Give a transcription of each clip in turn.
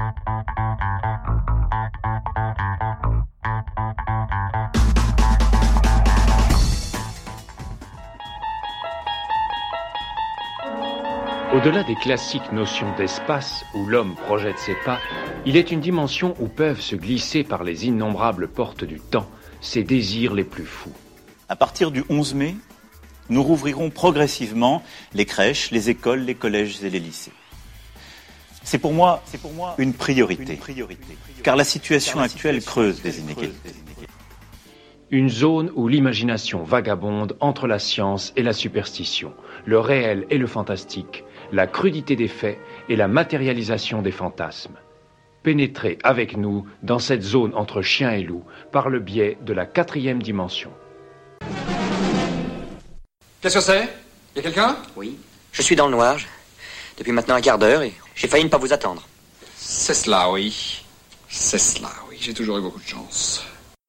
Au-delà des classiques notions d'espace où l'homme projette ses pas, il est une dimension où peuvent se glisser par les innombrables portes du temps ses désirs les plus fous. À partir du 11 mai, nous rouvrirons progressivement les crèches, les écoles, les collèges et les lycées. C'est pour moi une priorité, car la situation actuelle creuse des inégalités. Une zone où l'imagination vagabonde entre la science et la superstition, le réel et le fantastique, la crudité des faits et la matérialisation des fantasmes. Pénétrez avec nous dans cette zone entre chien et loup par le biais de la 4e dimension. Qu'est-ce que c'est ? Y a quelqu'un ? Oui, je suis dans le noir depuis maintenant un quart d'heure et j'ai failli ne pas vous attendre. C'est cela, oui. C'est cela, oui. J'ai toujours eu beaucoup de chance.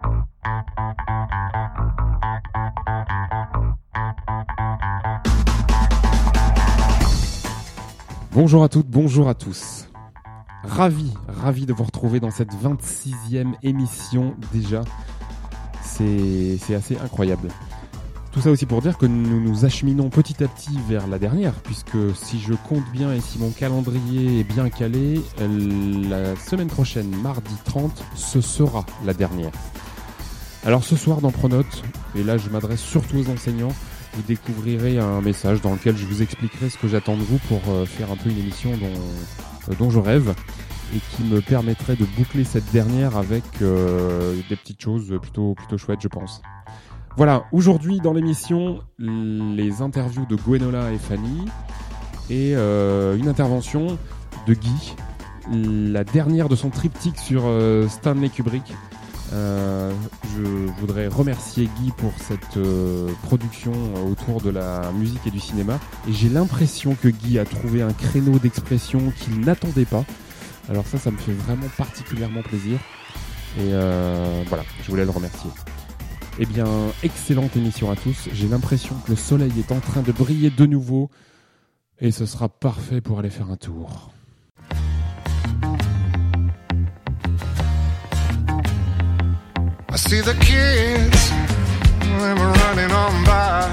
Bonjour à toutes, bonjour à tous. Ravi de vous retrouver dans cette 26e émission déjà. C'est assez incroyable. Tout ça aussi pour dire que nous nous acheminons petit à petit vers la dernière, puisque si je compte bien et si mon calendrier est bien calé, la semaine prochaine, mardi 30, ce sera la dernière. Alors ce soir dans Pronote, et là je m'adresse surtout aux enseignants, vous découvrirez un message dans lequel je vous expliquerai ce que j'attends de vous pour faire un peu une émission dont je rêve et qui me permettrait de boucler cette dernière avec des petites choses plutôt chouettes, je pense. Voilà, aujourd'hui dans l'émission, les interviews de Gwenola et Fanny et une intervention de Guy, la dernière de son triptyque sur Stanley Kubrick. Je voudrais remercier Guy pour cette production autour de la musique et du cinéma, et j'ai l'impression que Guy a trouvé un créneau d'expression qu'il n'attendait pas. Alors ça me fait vraiment particulièrement plaisir, et voilà, je voulais le remercier. Eh bien, excellente émission à tous. J'ai l'impression que le soleil est en train de briller de nouveau, et ce sera parfait pour aller faire un tour. I see the kids, them running on by.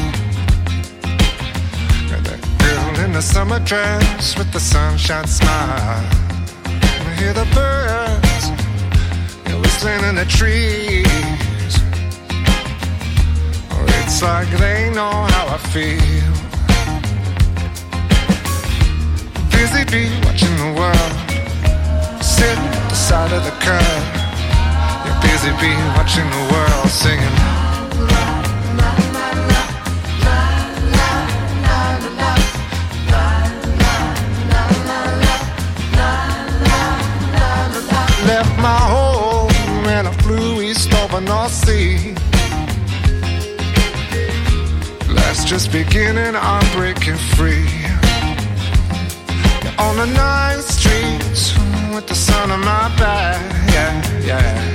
Got that girl in the summer dress with the sunshine smile. I hear the birds, they're whistling in the trees. Oh, it's like they know how I feel. Busy bee watching the world, sitting at the side of the curb. Busy bee watching the world singing. Left my home and I flew east over North Sea. Life's just beginning, I'm breaking free. On the 9th Street with the sun on my back, yeah.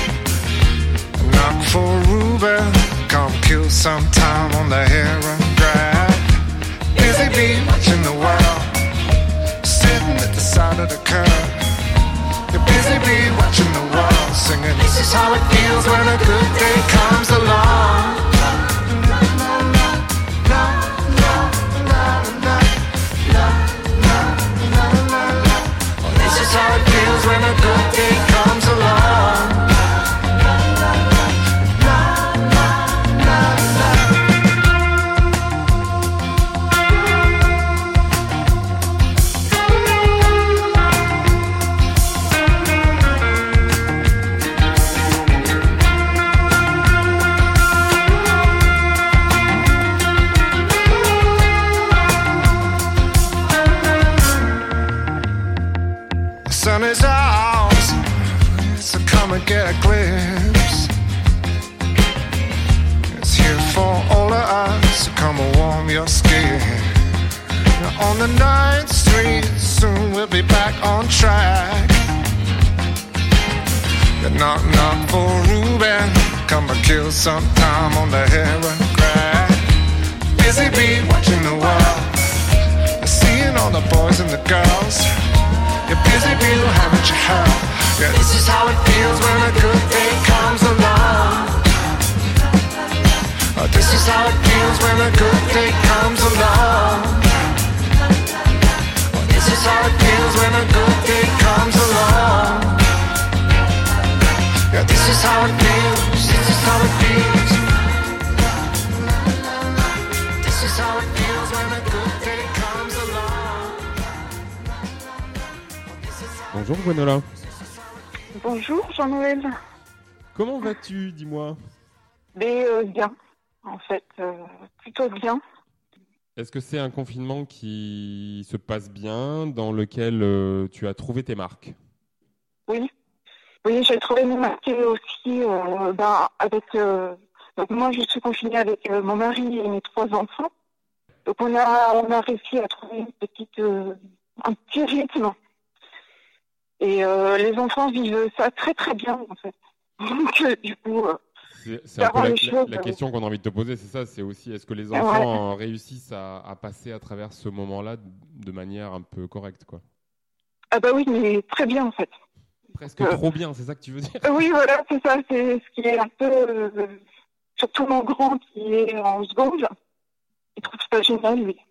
Knock for Ruben, come kill some time on the heron grab. Busy bee watching the world, sitting at the side of the curb. You're busy bee watching the world, singing. This is how it feels when a good day comes along. This is how it feels when a good day comes along. Sun is out, so come and get a glimpse. It's here for all of us, so come and warm your skin. Now on the 9th Street, soon we'll be back on track. Knock, knock for Ruben, come and kill some time on the heron crack. Busy bee watching the world, seeing all the boys and the girls. You're busy Busy bee, haven't you heard? Yeah, this is how it feels when a good day comes along. This is how it feels when a good day comes along. This is how it feels when a good day comes along. Yeah, this is how it feels. This is how it feels. This is how it feels when a good day comes along. Bonjour Gwenola. Bonjour Jean-Noël. Comment vas-tu, dis-moi? Mais bien, en fait, plutôt bien. Est-ce que c'est un confinement qui se passe bien, dans lequel tu as trouvé tes marques? Oui, j'ai trouvé mes marques aussi. Avec, donc moi, je suis confinée avec mon mari et mes 3 enfants. Donc on a réussi à trouver un petit rythme. Et les enfants vivent ça très très bien en fait. Donc du coup, c'est un peu la question qu'on a envie de te poser, c'est ça. C'est aussi, est-ce que les enfants réussissent à passer à travers ce moment-là de manière un peu correcte, quoi? Ah bah oui, mais très bien en fait. Presque trop bien, c'est ça que tu veux dire? Oui, voilà, c'est ça. C'est ce qui est un peu, surtout mon grand qui est en seconde, il trouve ça génial lui.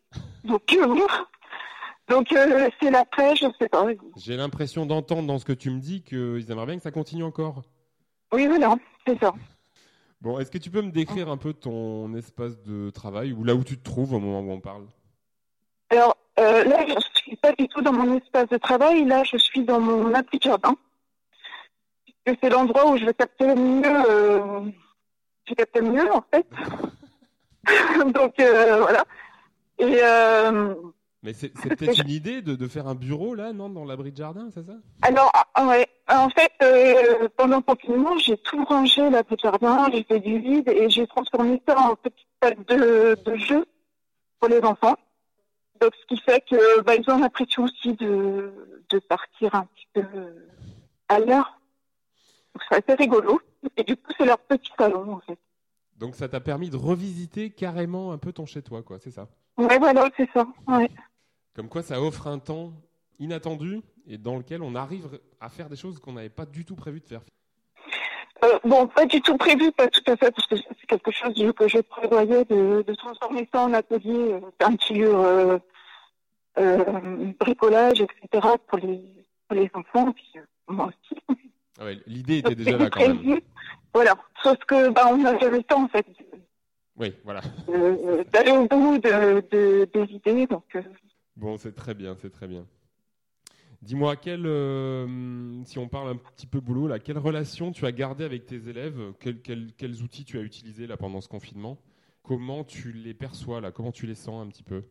Donc c'est l'après, je sais pas. J'ai l'impression d'entendre dans ce que tu me dis qu'ils aimeraient bien que ça continue encore. Oui, voilà, c'est ça. Bon, est-ce que tu peux me décrire un peu ton espace de travail ou là où tu te trouves au moment où on parle? Alors là, je ne suis pas du tout dans mon espace de travail. Là, je suis dans mon abri de jardin. C'est l'endroit où je vais capter le mieux. Je capte le mieux en fait. Donc voilà. Et mais c'est peut-être une idée de faire un bureau là, non, dans l'abri de jardin, c'est ça? Alors, ouais. En fait, pendant le confinement, j'ai tout rangé l'abri de jardin, j'ai fait du vide et j'ai transformé ça en petite salle de jeu pour les enfants. Donc, ce qui fait que ils ont l'impression aussi de partir un petit peu à l'heure. Donc, c'est assez rigolo. Et du coup, c'est leur petit salon, en fait. Donc, ça t'a permis de revisiter carrément un peu ton chez-toi, quoi, c'est ça? Ouais, voilà, c'est ça, ouais. Comme quoi, ça offre un temps inattendu et dans lequel on arrive à faire des choses qu'on n'avait pas du tout prévu de faire. Pas du tout prévu, pas tout à fait, parce que c'est quelque chose que je prévoyais de transformer ça en atelier, peinture, bricolage, etc. pour les enfants, puis moi aussi. Ah ouais, l'idée était déjà là quand même. Voilà, sauf que on n'a jamais le temps en fait. Oui, voilà. D'aller au bout des idées, donc. Bon, c'est très bien, c'est très bien. Dis-moi, si on parle un petit peu boulot, là, quelle relation tu as gardée avec tes élèves? Quels outils tu as utilisés là, pendant ce confinement? Comment tu les perçois là? Comment tu les sens un petit peu?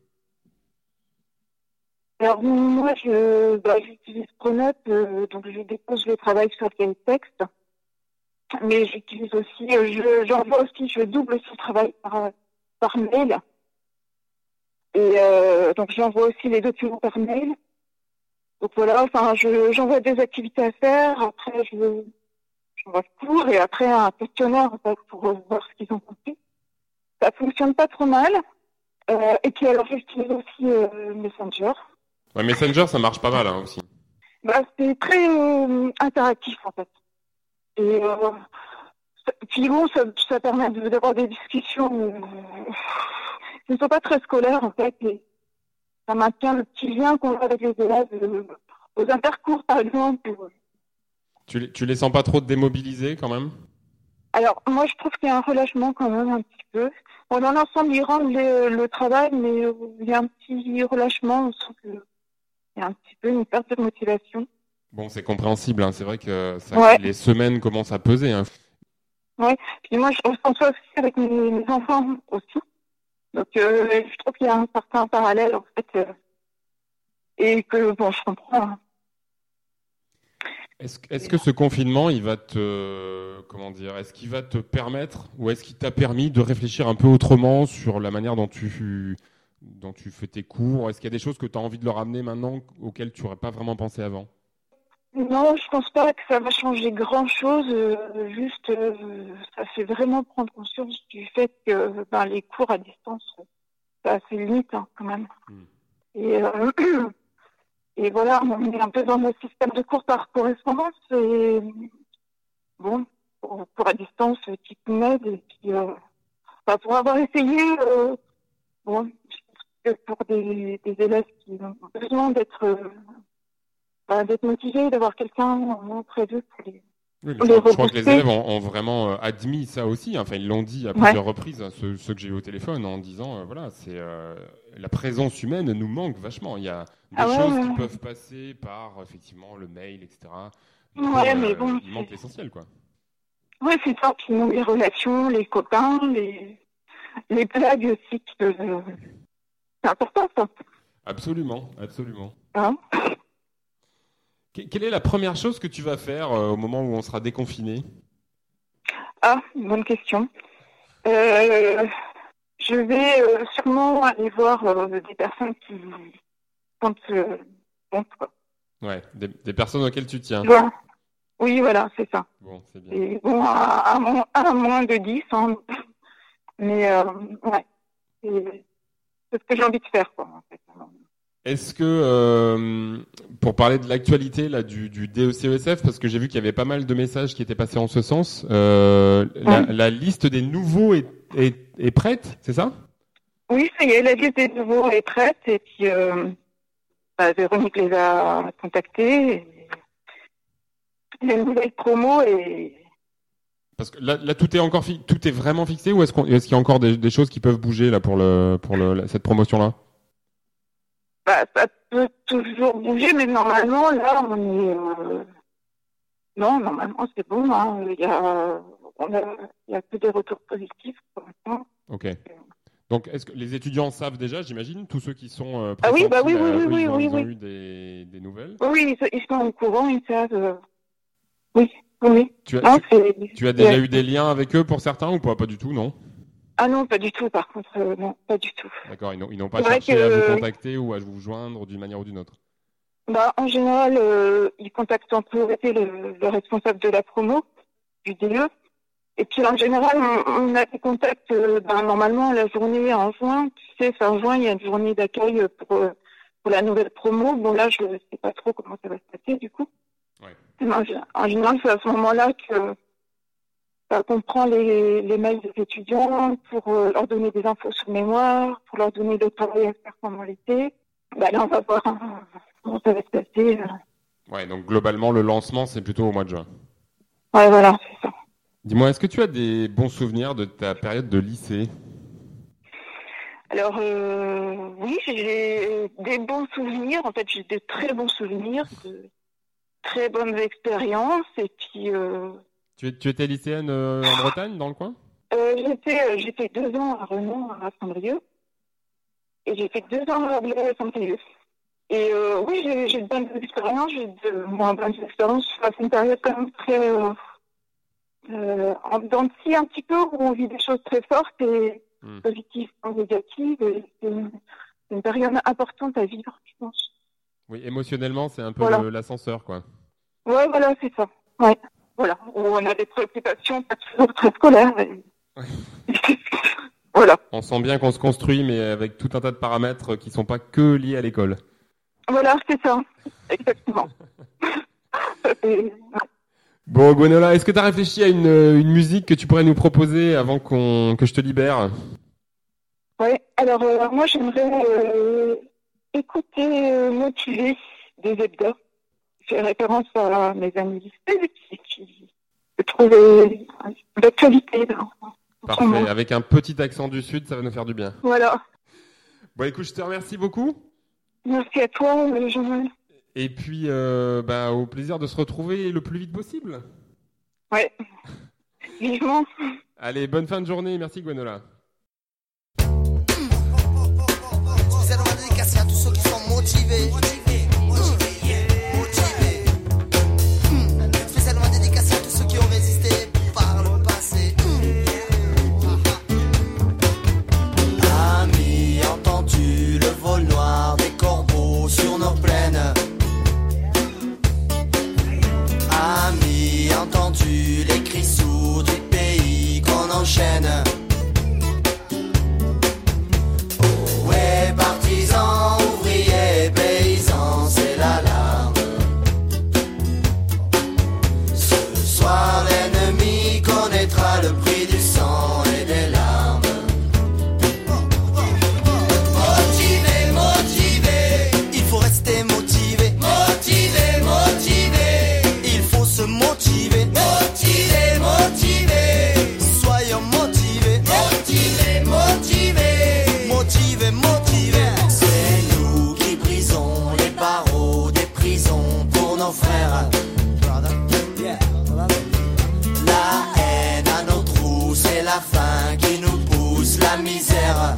Alors moi, j'utilise Pronote, donc je dépose le travail sur le texte, mais j'utilise aussi, je double aussi le travail par mail, et donc j'envoie aussi les documents par mail. Donc voilà, j'envoie des activités à faire, après j'envoie le cours et après un questionnaire en fait, pour voir ce qu'ils ont compris. Ça fonctionne pas trop mal, et puis alors j'utilise aussi Messenger. Ouais, Messenger, ça marche pas mal aussi. C'est très interactif en fait. Et puis bon, ça permet d'avoir des discussions qui ne sont pas très scolaires en fait. Et ça maintient le petit lien qu'on a avec les élèves aux intercours par exemple. Tu les sens pas trop démobilisés quand même? Alors moi je trouve qu'il y a un relâchement quand même un petit peu. Bon, dans l'ensemble ils rendent le travail, mais il y a un petit relâchement, on sent qu'il y a un petit peu une perte de motivation. Bon, c'est compréhensible, hein. C'est vrai que les semaines commencent à peser. Hein. Oui, puis moi je ressens ça aussi avec mes enfants aussi. Donc je trouve qu'il y a un certain parallèle en fait, et que bon, je comprends. Hein. Est-ce que ce confinement, il va est-ce qu'il va te permettre ou est-ce qu'il t'a permis de réfléchir un peu autrement sur la manière dont tu fais tes cours? Est-ce qu'il y a des choses que tu as envie de leur amener maintenant auxquelles tu n'aurais pas vraiment pensé avant? Non, je pense pas que ça va changer grand-chose. Juste, ça fait vraiment prendre conscience du fait que les cours à distance, c'est assez limite quand même. Et Et voilà, on est un peu dans le système de cours par correspondance. Et bon, pour à distance, type NED. Et puis, pour avoir essayé, bon, je pense que pour des élèves qui ont besoin d'être motivés, d'avoir quelqu'un auprès d'eux pour les. Oui, je crois que les élèves ont vraiment admis ça aussi. Enfin, ils l'ont dit à plusieurs reprises, ceux que j'ai eu au téléphone, en disant voilà, c'est la présence humaine nous manque vachement. Il y a des choses qui peuvent passer par effectivement le mail, etc. Mais bon, il manque l'essentiel, quoi. Oui, c'est ça. Puis les relations, les copains, les blagues aussi. C'est important, ça. Absolument, absolument. Hein? Quelle est la première chose que tu vas faire au moment où on sera déconfiné ? Ah, bonne question. Je vais sûrement aller voir des personnes qui comptent bon, quoi. Ouais, des personnes auxquelles tu tiens. Bon. Oui, voilà, c'est ça. Bon, c'est bien. Et bon, à moins de 10, hein. Mais ouais, c'est ce que j'ai envie de faire, quoi, en fait. Est-ce que, pour parler de l'actualité là du DECESF, parce que j'ai vu qu'il y avait pas mal de messages qui étaient passés en ce sens, la liste des nouveaux est prête, c'est ça ? Oui, ça y est, la liste des nouveaux est prête, et puis Véronique les a contactés, et les nouvelles promos, et... Parce que là tout est tout est vraiment fixé, ou est-ce qu'il y a encore des choses qui peuvent bouger là pour cette promotion-là ? Ça peut toujours bouger, mais normalement, là, on est... Non, normalement, c'est bon. Hein. Il y a que des retours positifs pour l'instant. Ok. Donc, est-ce que les étudiants savent déjà, j'imagine, tous ceux qui sont oui, ils ont eu des nouvelles. Oui, ils sont au courant, ils savent. Oui. Tu as déjà eu des liens avec eux pour certains ou pas du tout, non ? Ah non, pas du tout, par contre, non, pas du tout. D'accord, ils n'ont pas cherché à vous contacter ou à vous joindre d'une manière ou d'une autre. En général, ils contactent en priorité le responsable de la promo, du DE. Et puis en général, on a des contacts, normalement, la journée en juin, tu sais, fin juin, il y a une journée d'accueil pour la nouvelle promo. Bon, là, je ne sais pas trop comment ça va se passer, du coup. Ouais. En général, c'est à ce moment-là qu'on prend les mails des étudiants pour leur donner des infos sur mémoire, pour leur donner le travail à faire pendant l'été. Là, on va voir comment ça va se passer. Ouais, donc globalement, le lancement, c'est plutôt au mois de juin. Ouais, voilà, c'est ça. Dis-moi, est-ce que tu as des bons souvenirs de ta période de lycée ? Alors, oui, j'ai des bons souvenirs. En fait, j'ai de très bons souvenirs, de très bonnes expériences. Et puis... Tu étais lycéenne en Bretagne, dans le coin ? J'ai fait 2 ans à Renan, à Saint-Brieuc. Et j'ai fait 2 ans à Blaye, à Saint-Brieuc. Et oui, j'ai de bonnes expériences. J'ai de moins bonnes expériences. C'est une période quand même très... en dents de scie un petit peu, où on vit des choses très fortes et positives et négatives. Et c'est une période importante à vivre, je pense. Oui, émotionnellement, c'est un peu l'ascenseur, quoi. Ouais, voilà, c'est ça. Ouais. Voilà, où on a des préoccupations pas toujours très scolaires. Voilà. On sent bien qu'on se construit, mais avec tout un tas de paramètres qui ne sont pas que liés à l'école. Voilà, c'est ça. Exactement. Bon, Gwenola, est-ce que tu as réfléchi à une musique que tu pourrais nous proposer avant que je te libère ? Oui, alors moi j'aimerais écouter Motivé des Zebda. J'ai référence à mes amis lycées qui je trouvais d'actualité. Parfait, avec un petit accent du Sud, ça va nous faire du bien. Voilà. Bon, écoute, je te remercie beaucoup. Merci à toi, Jean-Noël. Et puis, au plaisir de se retrouver le plus vite possible. Ouais, vivement. Allez, bonne fin de journée, merci Gwenola. Spécialement dédicacé à tous ceux qui sont motivés. Spécialement dédicacé à tous ceux qui ont résisté par le passé. Ami, entends-tu le vol noir des corbeaux sur nos plaines? Ami, entends-tu les cris sourds du pays qu'on enchaîne? Oh ouais, partisans, ouvriers, paysans, c'est la nos frères. La haine à nos trous, c'est la faim qui nous pousse, la misère.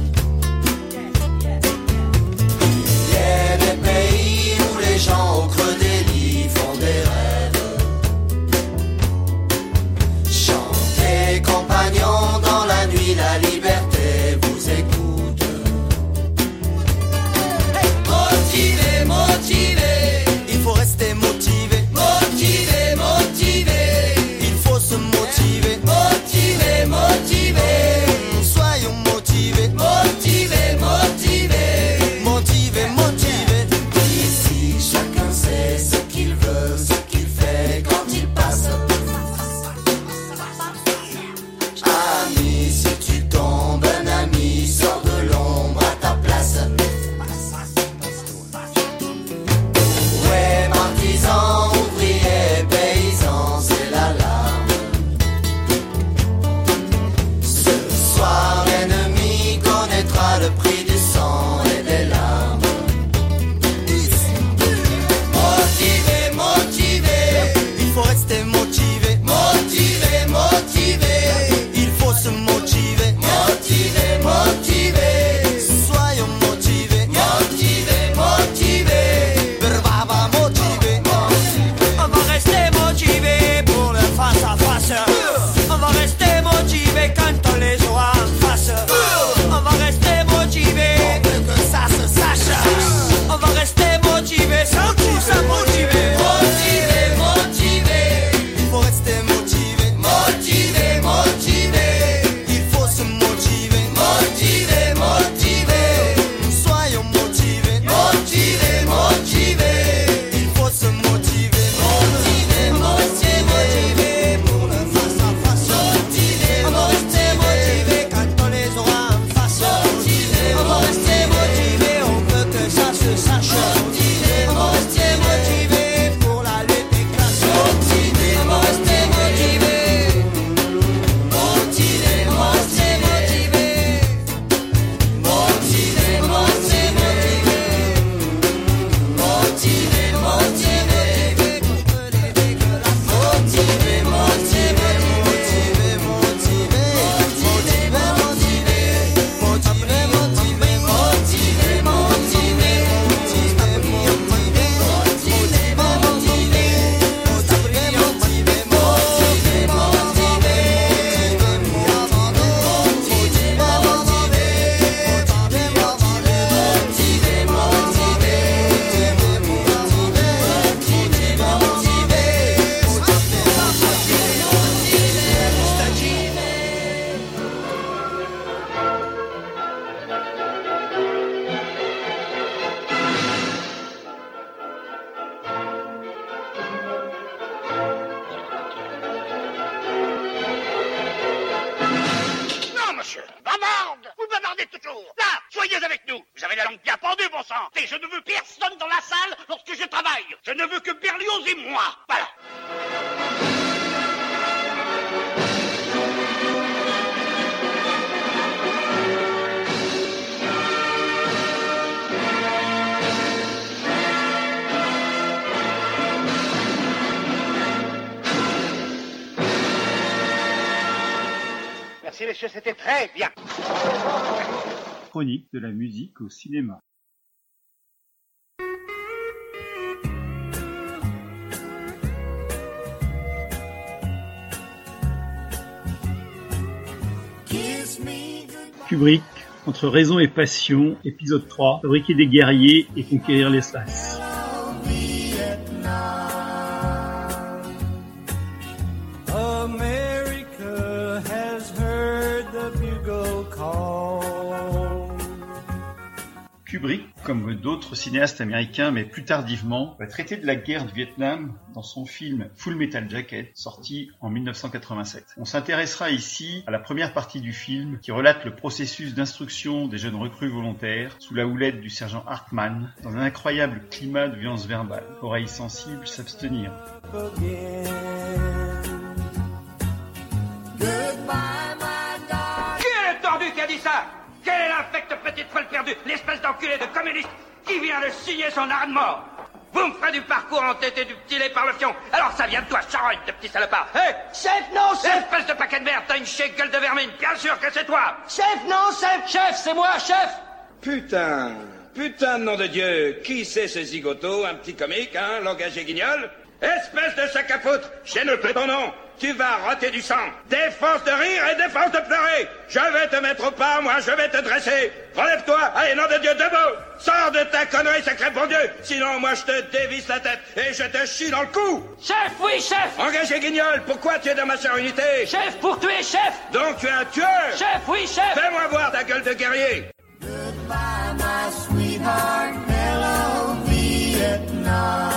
Il y a des pays où les gens au creux des lits font des rêves. Chantez, compagnons, dans la nuit, la liberté vous écoute. Motivé, motivé, il faut rester motivé. Motivé, motivé, il faut se motiver. Motivé, motivé, soyons motivés. Motivé, motivé, motivé, motivé. Ici chacun sait ce qu'il veut, ce qu'il fait quand il passe. Ami, si tu tombes, un ami sort de l'ombre à ta place. Ouais, partisans, ouvriers, paysans, c'est l'alarme. Ce soir, l'ennemi connaîtra le prix du sang et des larmes. Motivé, motivé, il faut rester motivé. Motivé, motivé, il faut se motiver. Motivé, motivé, soyons motivés. Motivé, motivé, brava, motivé. On va rester motivé pour le face à face. On va rester motivé quand on les aura en face. On va rester motivé, on veut que ça se sache. On va rester motivé sans tout ça motivé. Motivé, motivé, il faut rester motivé. Motivé, motivé, il faut se motiver. Motivé, motivé, soyons motivés. Motivé, motivé, il faut se motiver. Motivé, motivé, pour le face à face. Motivé, on va rester motivé quand on les aura en face. Motivé, on va rester motivé, on veut que ça se sache. Motivé, on va rester motivé pour la lutte des classes. Motivé, on va rester motivé. Motivé, motivé, motivé. Motivé, motivé, motivé. Motivé, motivé, contre les dégueulasses. Motivé, motivé, motivé, motivé. Motivé, motivé, motivé, motivé, motivé, motivé, motivé, Non, monsieur, bavarde. Vous bavardez toujours. Là, soyez avec nous. Vous avez la langue bien pendue, bon sang. Et je ne veux personne dans la salle lorsque je travaille. Je ne veux que Berlioz et moi. Voilà. Merci, messieurs, c'était très bien. Chronique de la musique au cinéma. Kubrick, entre raison et passion, épisode 3, fabriquer des guerriers et conquérir l'espace. America has heard the bugle call. Kubrick, comme d'autres cinéastes américains, mais plus tardivement, va traiter de la guerre du Vietnam dans son film Full Metal Jacket, sorti en 1987. On s'intéressera ici à la première partie du film qui relate le processus d'instruction des jeunes recrues volontaires sous la houlette du sergent Hartman dans un incroyable climat de violence verbale. Oreilles sensibles s'abstenir. Qui est le tordu qui a dit ça? Quelle est l'infecte petite folle perdue, l'espèce d'enculé de communiste qui vient de signer son arrêt de mort? Vous me ferez du parcours entêté du petit lait par le fion. Alors ça vient de toi, charogne de petit salopard. Hé, Chef, non, chef! espèce de paquet de merde, t'as une chier gueule de vermine. Bien sûr que c'est toi. Chef, non, chef! Chef, c'est moi, chef! Putain de nom de Dieu, qui c'est ce zigoto, un petit comique, hein, langage et guignol? Espèce de sac à foutre, je ne plus ton nom. Tu vas roter du sang. Défense de rire et défense de pleurer. Je vais te mettre au pas, moi, je vais te dresser. Relève-toi, allez, nom de Dieu, debout. Sors de ta connerie, sacré bon Dieu. Sinon, moi, je te dévisse la tête et je te chie dans le cou. Chef, oui, chef! Engagé guignol, pourquoi tu es dans ma chère unité? Chef, pour tuer, chef! Donc tu es un tueur. Chef, oui, chef! Fais-moi voir ta gueule de guerrier. Goodbye, my sweetheart, hello, Vietnam.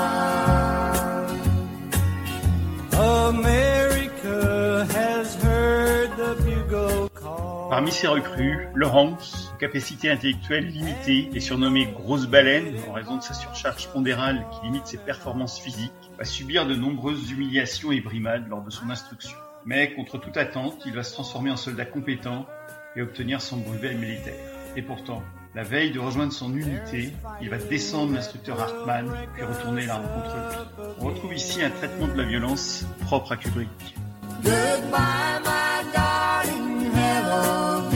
America has heard the bugle call. Parmi ces recrues, Lawrence, capacité intellectuelle limitée et surnommé Grosse Baleine en raison de sa surcharge pondérale qui limite ses performances physiques, va subir de nombreuses humiliations et brimades lors de son instruction. Mais contre toute attente, il va se transformer en soldat compétent et obtenir son brevet militaire. Et pourtant, la veille de rejoindre son unité, il va descendre l'instructeur Hartman, puis retourner la rencontre lui. On retrouve ici un traitement de la violence propre à Kubrick. Goodbye, my darling, hello,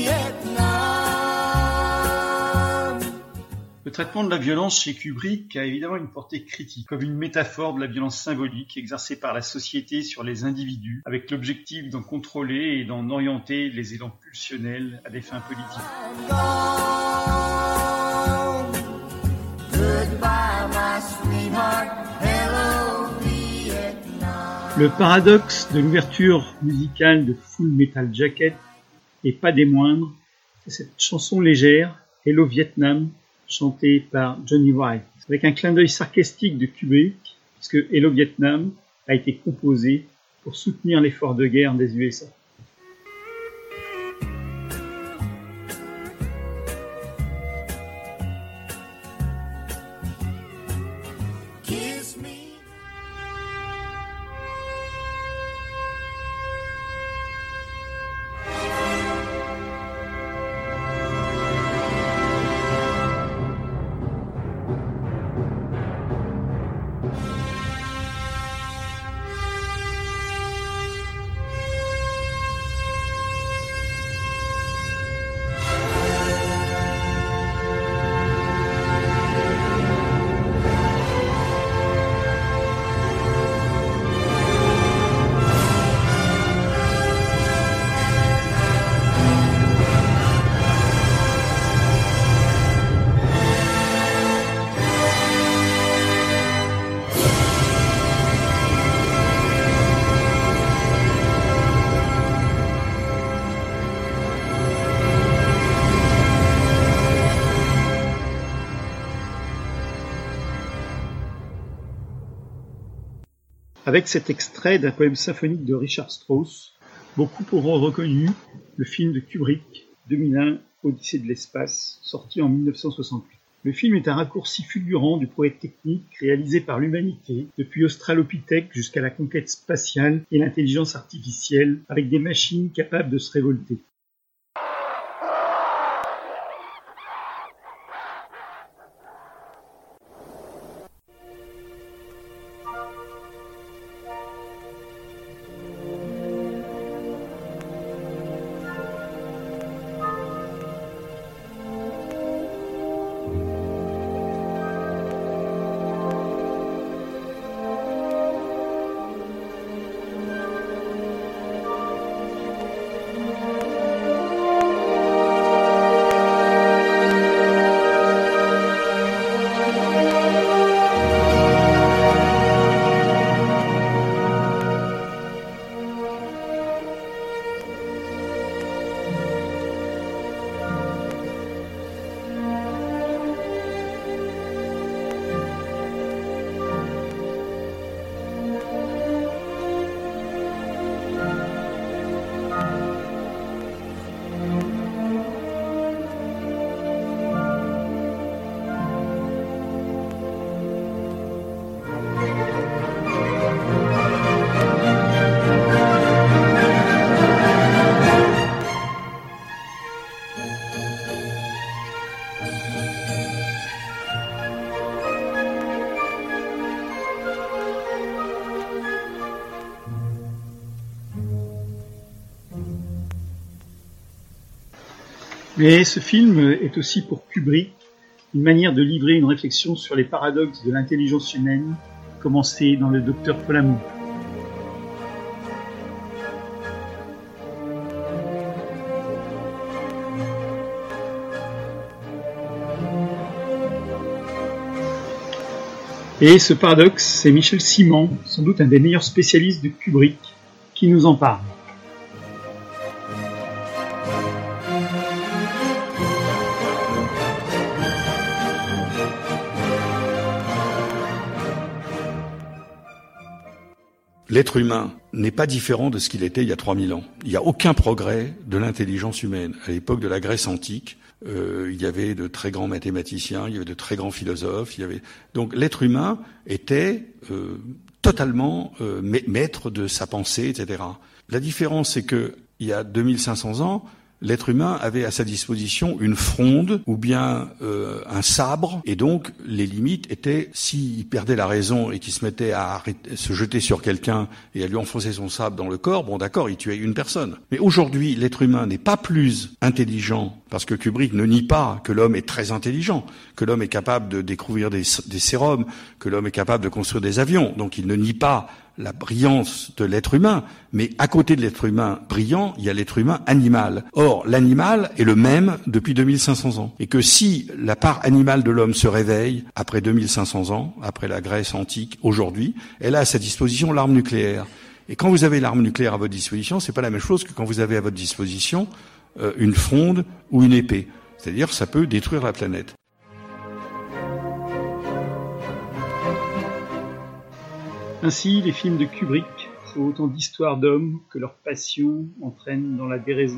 Vietnam. Le traitement de la violence chez Kubrick a évidemment une portée critique, comme une métaphore de la violence symbolique exercée par la société sur les individus, avec l'objectif d'en contrôler et d'en orienter les élans pulsionnels à des fins politiques. Goodbye, my sweetheart, hello, Vietnam. Le paradoxe de l'ouverture musicale de Full Metal Jacket, et pas des moindres, c'est cette chanson légère, Hello Vietnam, chantée par Johnny White, avec un clin d'œil sarcastique de Kubrick, puisque Hello Vietnam a été composé pour soutenir l'effort de guerre des USA. Kiss me. Avec cet extrait d'un poème symphonique de Richard Strauss, beaucoup auront reconnu le film de Kubrick, 2001, Odyssée de l'espace, sorti en 1968. Le film est un raccourci fulgurant du progrès technique réalisé par l'humanité depuis Australopithèque jusqu'à la conquête spatiale et l'intelligence artificielle avec des machines capables de se révolter. Mais ce film est aussi pour Kubrick une manière de livrer une réflexion sur les paradoxes de l'intelligence humaine, commencée dans le Docteur Folamour. Et ce paradoxe, c'est Michel Simon, sans doute un des meilleurs spécialistes de Kubrick, qui nous en parle. L'être humain n'est pas différent de ce qu'il était il y a 3000 ans. Il n'y a aucun progrès de l'intelligence humaine. À l'époque de la Grèce antique, il y avait de très grands mathématiciens, il y avait de très grands philosophes. Donc l'être humain était totalement maître de sa pensée, etc. La différence, c'est que il y a 2500 ans, l'être humain avait à sa disposition une fronde ou bien un sabre, et donc les limites étaient, s'il perdait la raison et qu'il se mettait à se jeter sur quelqu'un et à lui enfoncer son sabre dans le corps, bon d'accord, il tuait une personne. Mais aujourd'hui, l'être humain n'est pas plus intelligent, parce que Kubrick ne nie pas que l'homme est très intelligent, que l'homme est capable de découvrir des sérums, que l'homme est capable de construire des avions, donc il ne nie pas la brillance de l'être humain, mais à côté de l'être humain brillant, il y a l'être humain animal. Or, l'animal est le même depuis 2500 ans. Et que si la part animale de l'homme se réveille après 2500 ans, après la Grèce antique, aujourd'hui, elle a à sa disposition l'arme nucléaire. Et quand vous avez l'arme nucléaire à votre disposition, c'est pas la même chose que quand vous avez à votre disposition une fronde ou une épée. C'est-à-dire, ça peut détruire la planète. Ainsi, les films de Kubrick sont autant d'histoires d'hommes que leur passion entraîne dans la déraison.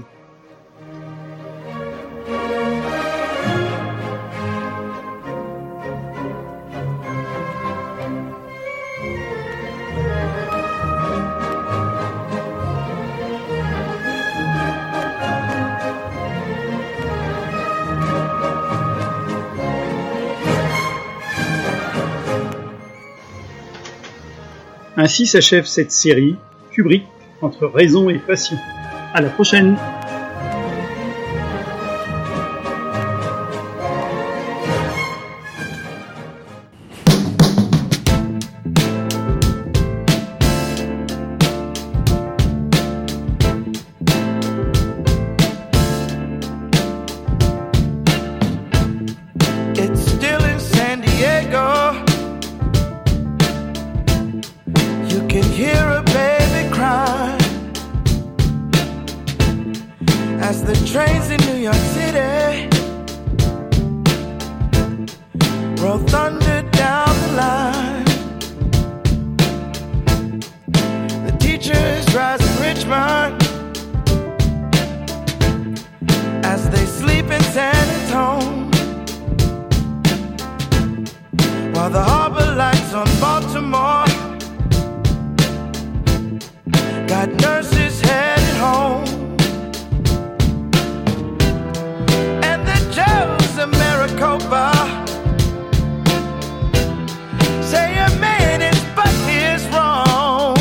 Ainsi s'achève cette série, Kubrick, entre raison et passion. À la prochaine! As the trains in New York City roll thunder down the line, the teachers rise in Richmond as they sleep in San Antonio, while the harbor lights on Baltimore got nurses headed home. Joe's of Maricopa say a man is but his wrong.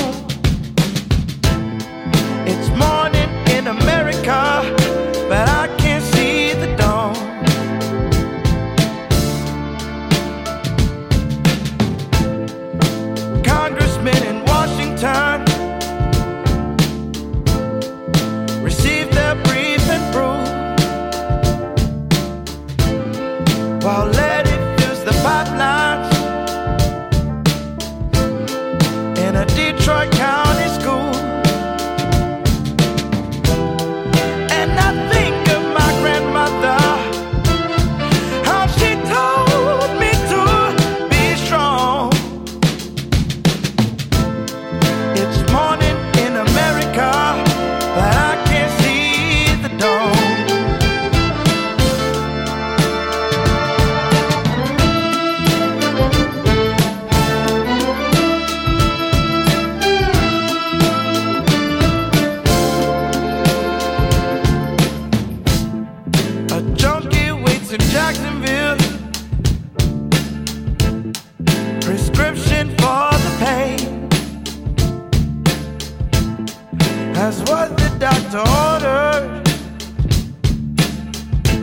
It's morning in America, but I can't see the dawn. Congressmen in Washington receive their brief and proof, while Letty fills the pipelines in a Detroit County school. And I think of my grandmother, how she told me to be strong. It's morning in America, but I can't see the dawn. Jacksonville, prescription for the pain, as what the doctor ordered.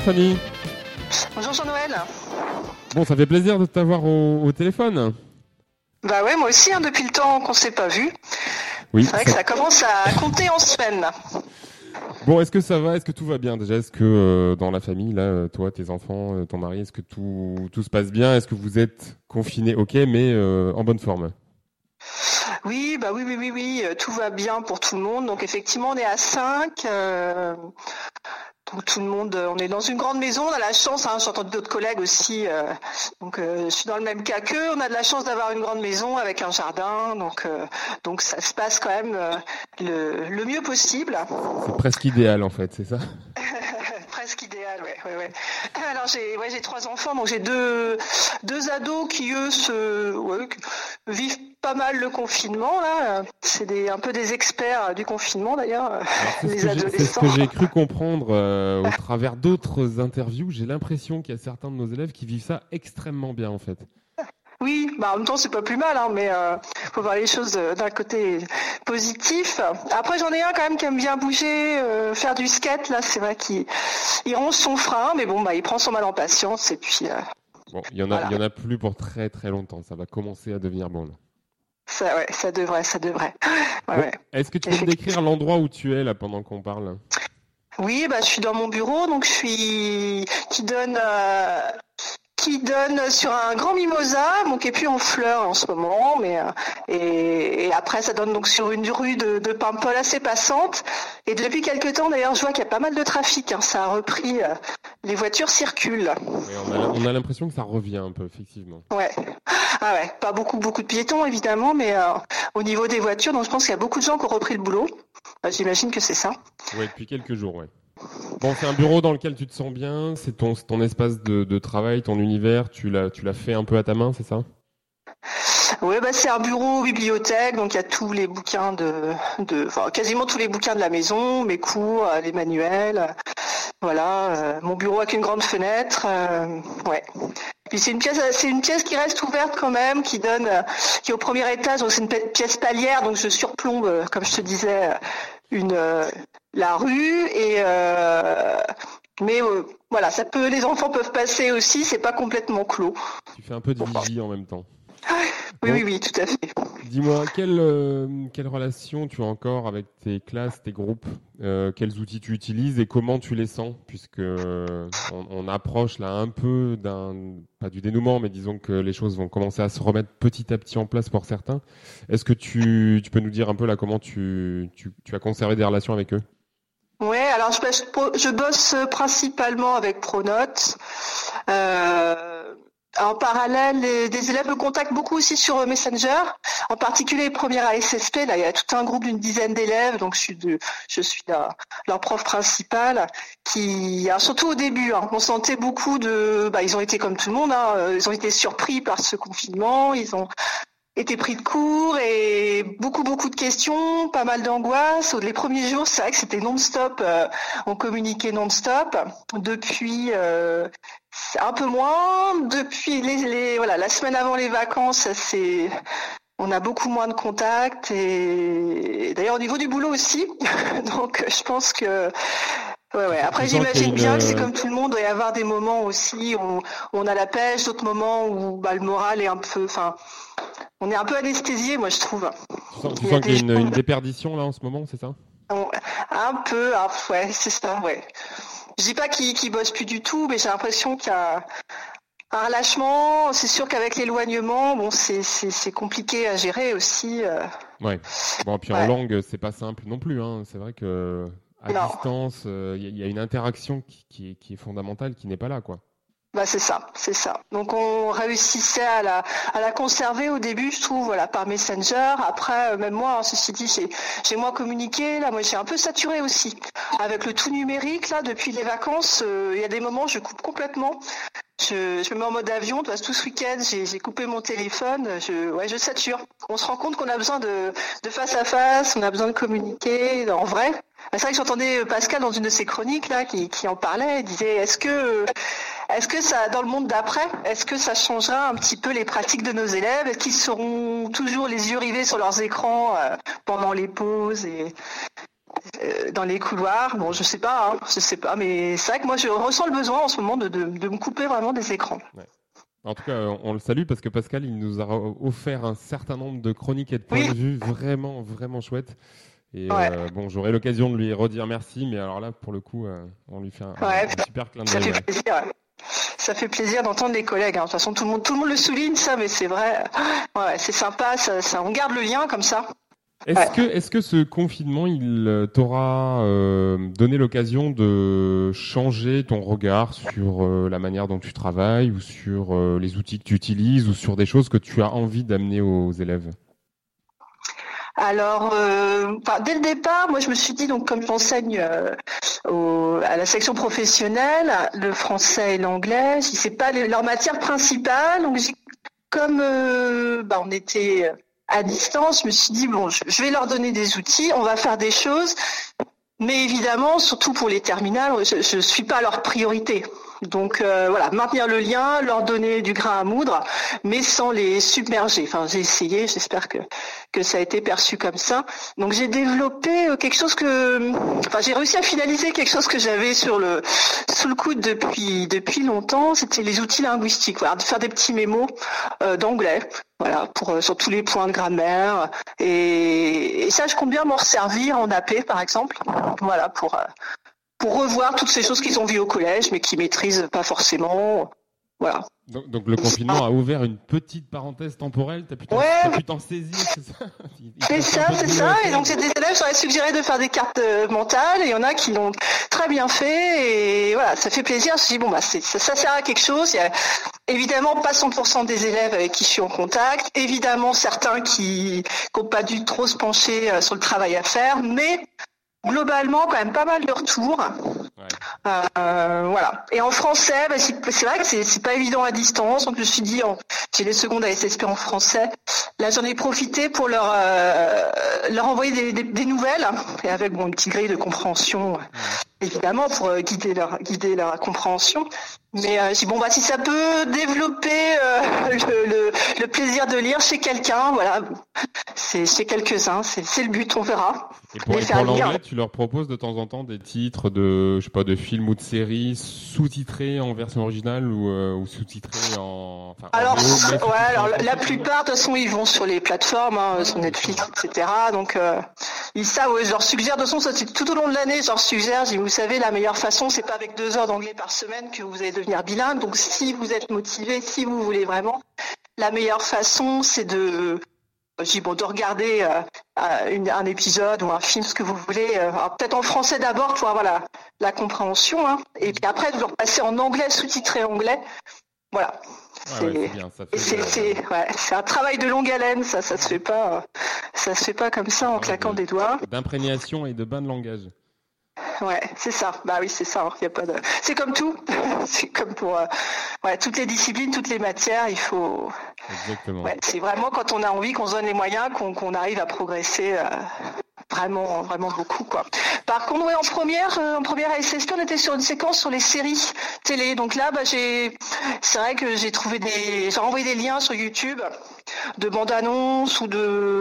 Fanny. Bonjour Jean-Noël. Bon, ça fait plaisir de t'avoir au téléphone. Bah ouais, moi aussi, depuis le temps qu'on s'est pas vu. Oui. C'est vrai que ça commence à compter en semaines. Bon, est-ce que ça va? Est-ce que tout va bien déjà? Est-ce que dans la famille, là, toi, tes enfants, ton mari, est-ce que tout se passe bien? Est-ce que vous êtes confinés? Ok, mais en bonne forme? Oui, tout va bien pour tout le monde. Donc effectivement, on est à 5. Donc tout le monde, on est dans une grande maison, on a la chance, j'ai entendu d'autres collègues aussi, je suis dans le même cas qu'eux, on a de la chance d'avoir une grande maison avec un jardin, donc ça se passe quand même le mieux possible. C'est presque idéal en fait, c'est ça? Presque idéal, ouais. Alors j'ai 3 enfants, donc j'ai deux ados qui eux vivent pas mal le confinement là. C'est un peu des experts du confinement d'ailleurs, les adolescents. C'est ce que j'ai cru comprendre au travers d'autres interviews. J'ai l'impression qu'il y a certains de nos élèves qui vivent ça extrêmement bien en fait. Oui, en même temps c'est pas plus mal, mais faut voir les choses d'un côté positif. Après j'en ai un quand même qui aime bien bouger, faire du skate là, c'est vrai qu'il ronge son frein, mais bon il prend son mal en patience et puis. Bon, il y en a plus pour très très longtemps. Ça va commencer à devenir bon là. Ça devrait. Bon, est-ce que tu peux me décrire l'endroit où tu es là pendant qu'on parle? Oui, je suis dans mon bureau, donc qui donne sur un grand mimosa, qui est plus en fleurs en ce moment, mais et après ça donne donc sur une rue de Paimpol assez passante. Et depuis quelques temps d'ailleurs, je vois qu'il y a pas mal de trafic. Ça a repris, les voitures circulent. Oui, on a l'impression que ça revient un peu effectivement. Ouais. Ah ouais, pas beaucoup de piétons évidemment, mais au niveau des voitures, donc je pense qu'il y a beaucoup de gens qui ont repris le boulot. J'imagine que c'est ça. Ouais, depuis quelques jours, ouais. Bon, c'est un bureau dans lequel tu te sens bien, c'est ton espace de travail, ton univers, tu l'as fait un peu à ta main, c'est ça? Oui, c'est un bureau bibliothèque, donc il y a tous les bouquins quasiment tous les bouquins de la maison, mes cours, les manuels, voilà, mon bureau avec une grande fenêtre, ouais. Puis c'est une pièce qui reste ouverte quand même, qui est au premier étage, donc c'est une pièce palière, donc je surplombe, comme je te disais, la rue mais voilà, les enfants peuvent passer aussi, c'est pas complètement clos. Tu fais un peu de vigie en même temps. Oui, tout à fait. Dis-moi, quelle relation tu as encore avec tes classes, tes groupes, quels outils tu utilises et comment tu les sens, puisque on approche là un peu pas du dénouement, mais disons que les choses vont commencer à se remettre petit à petit en place pour certains. Est-ce que tu peux nous dire un peu là comment tu as conservé des relations avec eux? Ouais, alors je bosse principalement avec Pronote. En parallèle, des élèves me contactent beaucoup aussi sur Messenger, en particulier les premières ASSP. Là, il y a tout un groupe d'une dizaine d'élèves, donc je suis leur prof principal. Surtout au début, on sentait beaucoup ils ont été comme tout le monde, ils ont été surpris par ce confinement, ils ont été pris de court et beaucoup de questions, pas mal d'angoisse. Les premiers jours, c'est vrai que c'était non-stop, on communiquait non-stop. Depuis un peu moins. Depuis la semaine avant les vacances, on a beaucoup moins de contacts et d'ailleurs au niveau du boulot aussi. Donc je pense que ouais. Après j'imagine bien que c'est comme tout le monde, il doit y avoir des moments aussi où on a la pêche, d'autres moments où le moral est un peu, on est un peu anesthésié, moi je trouve. Tu sens qu'il y a une déperdition là en ce moment, c'est ça? Un peu, ouais, c'est ça, ouais. Je dis pas qu'ils bossent plus du tout, mais j'ai l'impression qu'il y a un relâchement. C'est sûr qu'avec l'éloignement, c'est compliqué à gérer aussi. Ouais. Bon, puis en langue, c'est pas simple non plus. C'est vrai que à distance, il y a une interaction qui est fondamentale, qui n'est pas là, quoi. C'est ça. Donc on réussissait à la conserver au début, je trouve, par Messenger. Après, même moi, ceci dit, j'ai moins communiqué. Là, moi, j'ai un peu saturé aussi avec le tout numérique. Là, depuis les vacances, il y a des moments, je coupe complètement. Je me mets en mode avion. Tout ce week-end, j'ai coupé mon téléphone. Je sature. On se rend compte qu'on a besoin de face à face. On a besoin de communiquer en vrai. C'est vrai que j'entendais Pascal dans une de ses chroniques là qui en parlait. Il disait est-ce que ça, dans le monde d'après, est-ce que ça changera un petit peu les pratiques de nos élèves? Est-ce qu'ils seront toujours les yeux rivés sur leurs écrans pendant les pauses dans les couloirs. Bon, je sais pas, mais c'est vrai que moi je ressens le besoin en ce moment de me couper vraiment des écrans. Ouais. En tout cas, on le salue parce que Pascal, il nous a offert un certain nombre de chroniques et de points de vue vraiment, vraiment chouettes. Et bon, j'aurai l'occasion de lui redire merci, mais alors là, pour le coup, on lui fait un super clin d'œil. Ça fait plaisir. Ça fait plaisir d'entendre les collègues. De toute façon, tout le monde le souligne, ça, mais c'est vrai. Ouais, c'est sympa. Ça, on garde le lien comme ça. Est-ce que ce confinement, il t'aura donné l'occasion de changer ton regard sur la manière dont tu travailles ou sur les outils que tu utilises ou sur des choses que tu as envie d'amener aux élèves? Alors, dès le départ, moi je me suis dit, donc comme j'enseigne à la section professionnelle, le français et l'anglais, c'est pas leur matière principale, donc comme on était à distance, je me suis dit bon, je vais leur donner des outils, on va faire des choses, mais évidemment, surtout pour les terminales, je suis pas leur priorité. Donc voilà, maintenir le lien, leur donner du grain à moudre, mais sans les submerger. Enfin, j'ai essayé, j'espère que ça a été perçu comme ça. Donc j'ai développé quelque chose j'ai réussi à finaliser quelque chose que j'avais sous le coude depuis longtemps. C'était les outils linguistiques, voilà, de faire des petits mémos d'anglais. Voilà, sur tous les points de grammaire. Et ça, je compte bien m'en resservir en AP, par exemple. Voilà, pour revoir toutes ces choses qu'ils ont vues au collège, mais qu'ils maîtrisent pas forcément. Voilà. Donc le confinement a ouvert une petite parenthèse temporelle. T'as pu t'en saisir, c'est ça? C'est ça. Et donc j'ai des élèves, j'aurais suggéré de faire des cartes mentales, et il y en a qui l'ont très bien fait. Et voilà, ça fait plaisir. Je me suis dit ça sert à quelque chose. Il y a évidemment pas 100% des élèves avec qui je suis en contact. Évidemment certains qui n'ont pas dû trop se pencher sur le travail à faire, mais globalement, quand même pas mal de retours. Voilà. Et en français, c'est vrai que c'est pas évident à distance. Donc je me suis dit, j'ai les secondes à SSP en français. Là, j'en ai profité pour leur envoyer des nouvelles, et avec une petite grille de compréhension, évidemment, pour guider leur compréhension. Mais j'ai dit, si ça peut développer le plaisir de lire chez quelqu'un, voilà, c'est chez quelques-uns, c'est le but, on verra. Et pour l'anglais, tu leur proposes de temps en temps des titres de films ou de séries sous-titrés en version originale ou sous-titrés en... Alors la plupart, de toute façon, ils vont sur les plateformes, sur Netflix, etc. Donc, ils savent, je leur suggère, de toute façon, c'est tout au long de l'année, je leur suggère, vous savez, la meilleure façon, c'est pas avec 2 heures d'anglais par semaine que vous allez devenir bilingue. Donc, si vous êtes motivé, si vous voulez vraiment, la meilleure façon, c'est de regarder un épisode ou un film, ce que vous voulez, peut-être en français d'abord pour avoir la compréhension, et puis après de le repasser en anglais, sous-titré anglais. Voilà. C'est un travail de longue haleine, ça se fait pas comme ça en claquant des doigts. D'imprégnation et de bain de langage. Ouais, c'est ça. Bah oui, c'est ça. Y a pas de... C'est comme tout. C'est comme pour toutes les disciplines, toutes les matières. Il faut. Exactement. Ouais, c'est vraiment quand on a envie, qu'on se donne les moyens, qu'on arrive à progresser vraiment, vraiment beaucoup, quoi. Par contre, en première SSP, on était sur une séquence sur les séries télé. Donc là, c'est vrai que j'ai envoyé des liens sur YouTube de bandes-annonces ou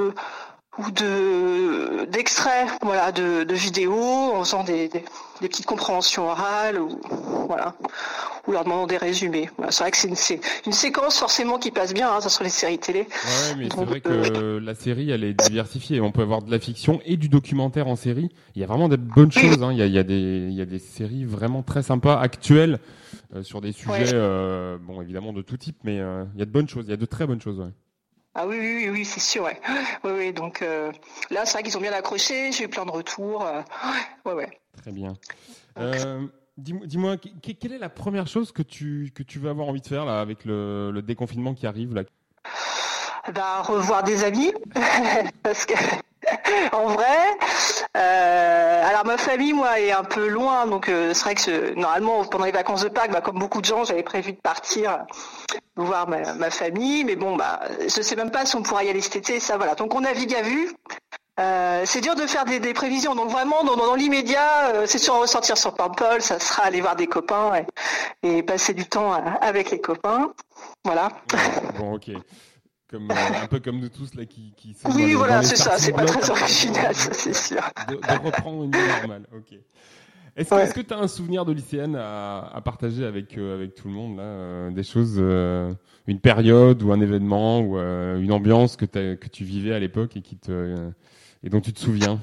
d'extraits, voilà, de vidéos, en faisant des petites compréhensions orales ou leur demandant des résumés. Voilà, c'est vrai que c'est une séquence forcément qui passe bien, ça sur les séries télé. Ouais, mais c'est vrai que la série, elle est diversifiée. On peut avoir de la fiction et du documentaire en série. Il y a vraiment des bonnes choses. Il y a des séries vraiment très sympas, actuelles, sur des sujets, évidemment de tout type, mais il y a de bonnes choses. Il y a de très bonnes choses. Ouais. Ah oui, c'est sûr, ouais. Oui, donc là, c'est vrai qu'ils ont bien accroché, j'ai eu plein de retours. Ouais. Très bien. Dis-moi, quelle est la première chose que tu vas avoir envie de faire là, avec le déconfinement qui arrive là? Revoir des amis, parce que en vrai, alors ma famille, moi, est un peu loin, donc c'est vrai que normalement pendant les vacances de Pâques, comme beaucoup de gens, j'avais prévu de partir voir ma famille, mais je sais même pas si on pourra y aller cet été, ça voilà. Donc on navigue à vue. C'est dur de faire des prévisions, donc vraiment dans l'immédiat, c'est sûr ressortir sur Paimpol, ça sera aller voir des copains et passer du temps avec les copains, voilà. Bon, ok. un peu comme nous tous là qui sont Oui, voilà, dans les c'est ça, c'est pas starting très blocks. original, ça c'est sûr. De reprendre une vie normale, ok. Est-ce que tu as un souvenir de lycéenne à partager avec tout le monde là, des choses, une période ou un événement ou une ambiance que tu vivais à l'époque et dont tu te souviens?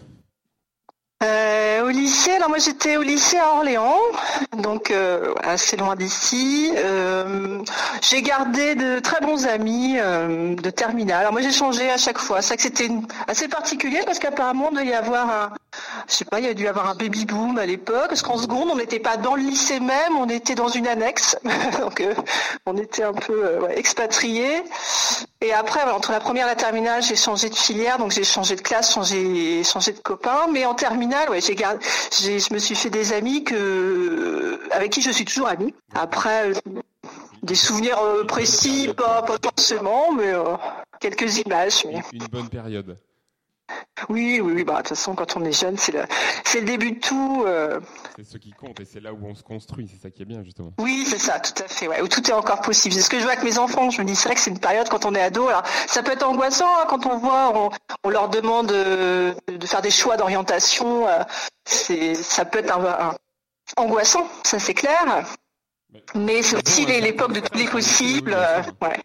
Au lycée, alors moi j'étais au lycée à Orléans, donc assez loin d'ici. J'ai gardé de très bons amis de terminale. Alors moi j'ai changé à chaque fois. C'est vrai que c'était assez particulier parce qu'apparemment il devait y avoir il y a dû y avoir un baby boom à l'époque. Parce qu'en seconde on n'était pas dans le lycée même, on était dans une annexe, donc on était un peu expatriés. Et après, entre la première et la terminale, j'ai changé de filière, donc j'ai changé de classe, changé de copain. Mais en terminale, je me suis fait des amis avec qui je suis toujours amie. Après, des souvenirs précis, pas forcément, mais quelques images. Mais... Une bonne période. Oui, bah de toute façon, quand on est jeune, c'est le début de tout. C'est ce qui compte et c'est là où on se construit, c'est ça qui est bien justement. Oui, c'est ça, tout à fait, ouais, où tout est encore possible. C'est ce que je vois avec mes enfants. Je me dis, c'est vrai que c'est une période quand on est ado. Alors, ça peut être angoissant quand on leur demande de faire des choix d'orientation. Ça peut être angoissant, ça c'est clair. Mais c'est aussi l'époque de tous les possibles. Ouais.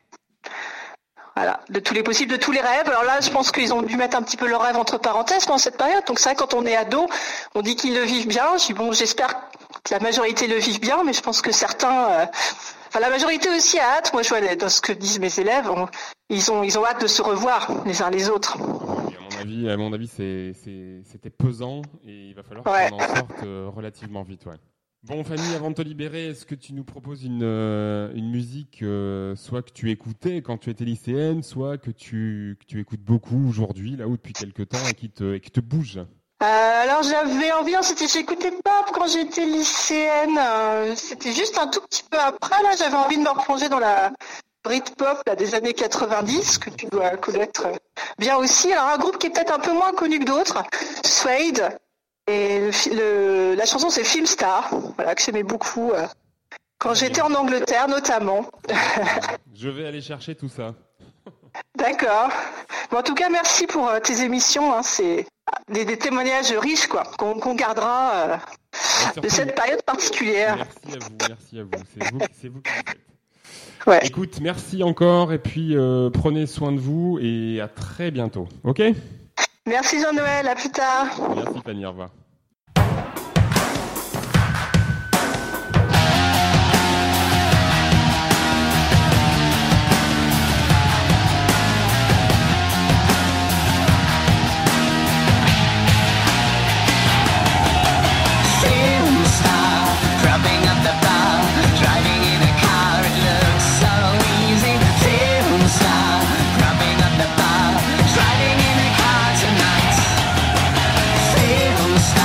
Voilà, de tous les possibles, de tous les rêves. Alors là, je pense qu'ils ont dû mettre un petit peu leurs rêves entre parenthèses pendant cette période. Donc c'est vrai, quand on est ado, on dit qu'ils le vivent bien. Je dis j'espère que la majorité le vivent bien, mais je pense que certains... la majorité aussi a hâte. Moi, je vois dans ce que disent mes élèves, ils ont hâte de se revoir les uns les autres. Oui, à mon avis, c'était pesant et il va falloir qu'on en sorte relativement vite, ouais. Bon, Fanny, avant de te libérer, est-ce que tu nous proposes une musique soit que tu écoutais quand tu étais lycéenne, soit que tu écoutes beaucoup aujourd'hui, là, ou depuis quelque temps, et qui te bouge? Alors j'avais envie, j'écoutais pas quand j'étais lycéenne, c'était juste un tout petit peu après, là, j'avais envie de me replonger dans la Britpop des années 90, que tu dois connaître bien aussi. Alors un groupe qui est peut-être un peu moins connu que d'autres, Suede. Et la chanson c'est Filmstar, que j'aimais beaucoup quand j'étais en Angleterre notamment. Je vais aller chercher tout ça. D'accord. Bon, en tout cas, merci pour tes émissions. C'est des témoignages riches qu'on gardera de cette période particulière. Merci à vous. C'est vous qui le faites. Ouais. Écoute, merci encore et puis prenez soin de vous et à très bientôt. Ok ? Merci Jean-Noël, à plus tard. Merci Fanny, au revoir. Film star.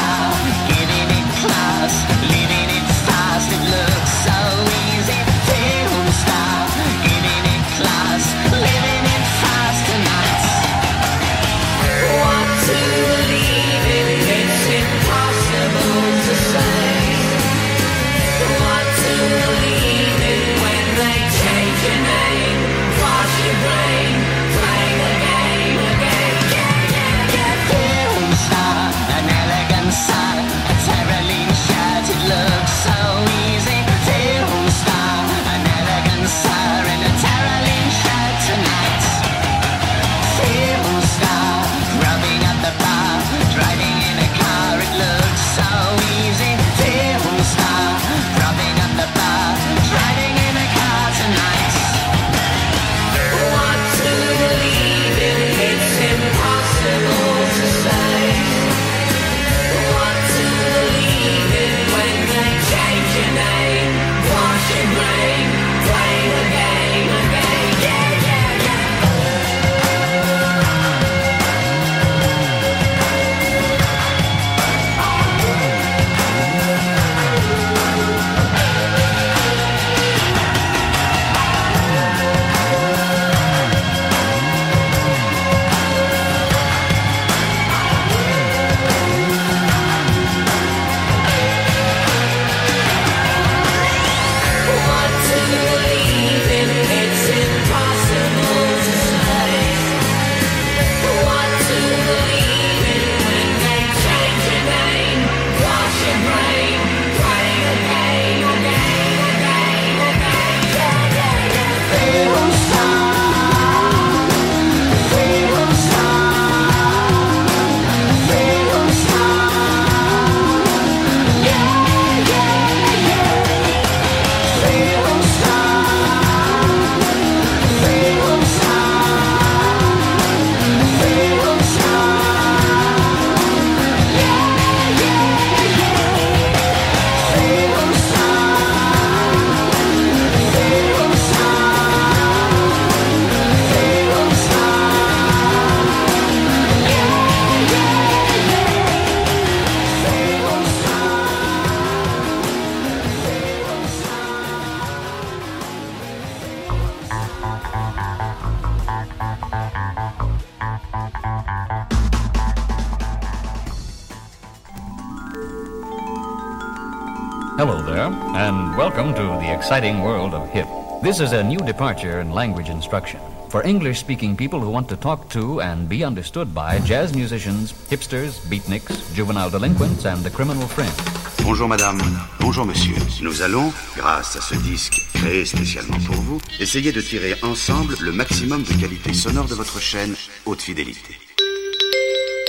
Hello there, and welcome to the exciting world of hip. This is a new departure in language instruction for English-speaking people who want to talk to and be understood by jazz musicians, hipsters, beatniks, juvenile delinquents, and the criminal fringe. Bonjour madame, bonjour monsieur. Nous allons, grâce à ce disque créé spécialement pour vous, essayer de tirer ensemble le maximum de qualité sonore de votre chaîne Haute Fidélité.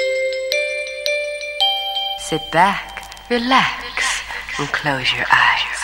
Sit back, relax, and close your eyes.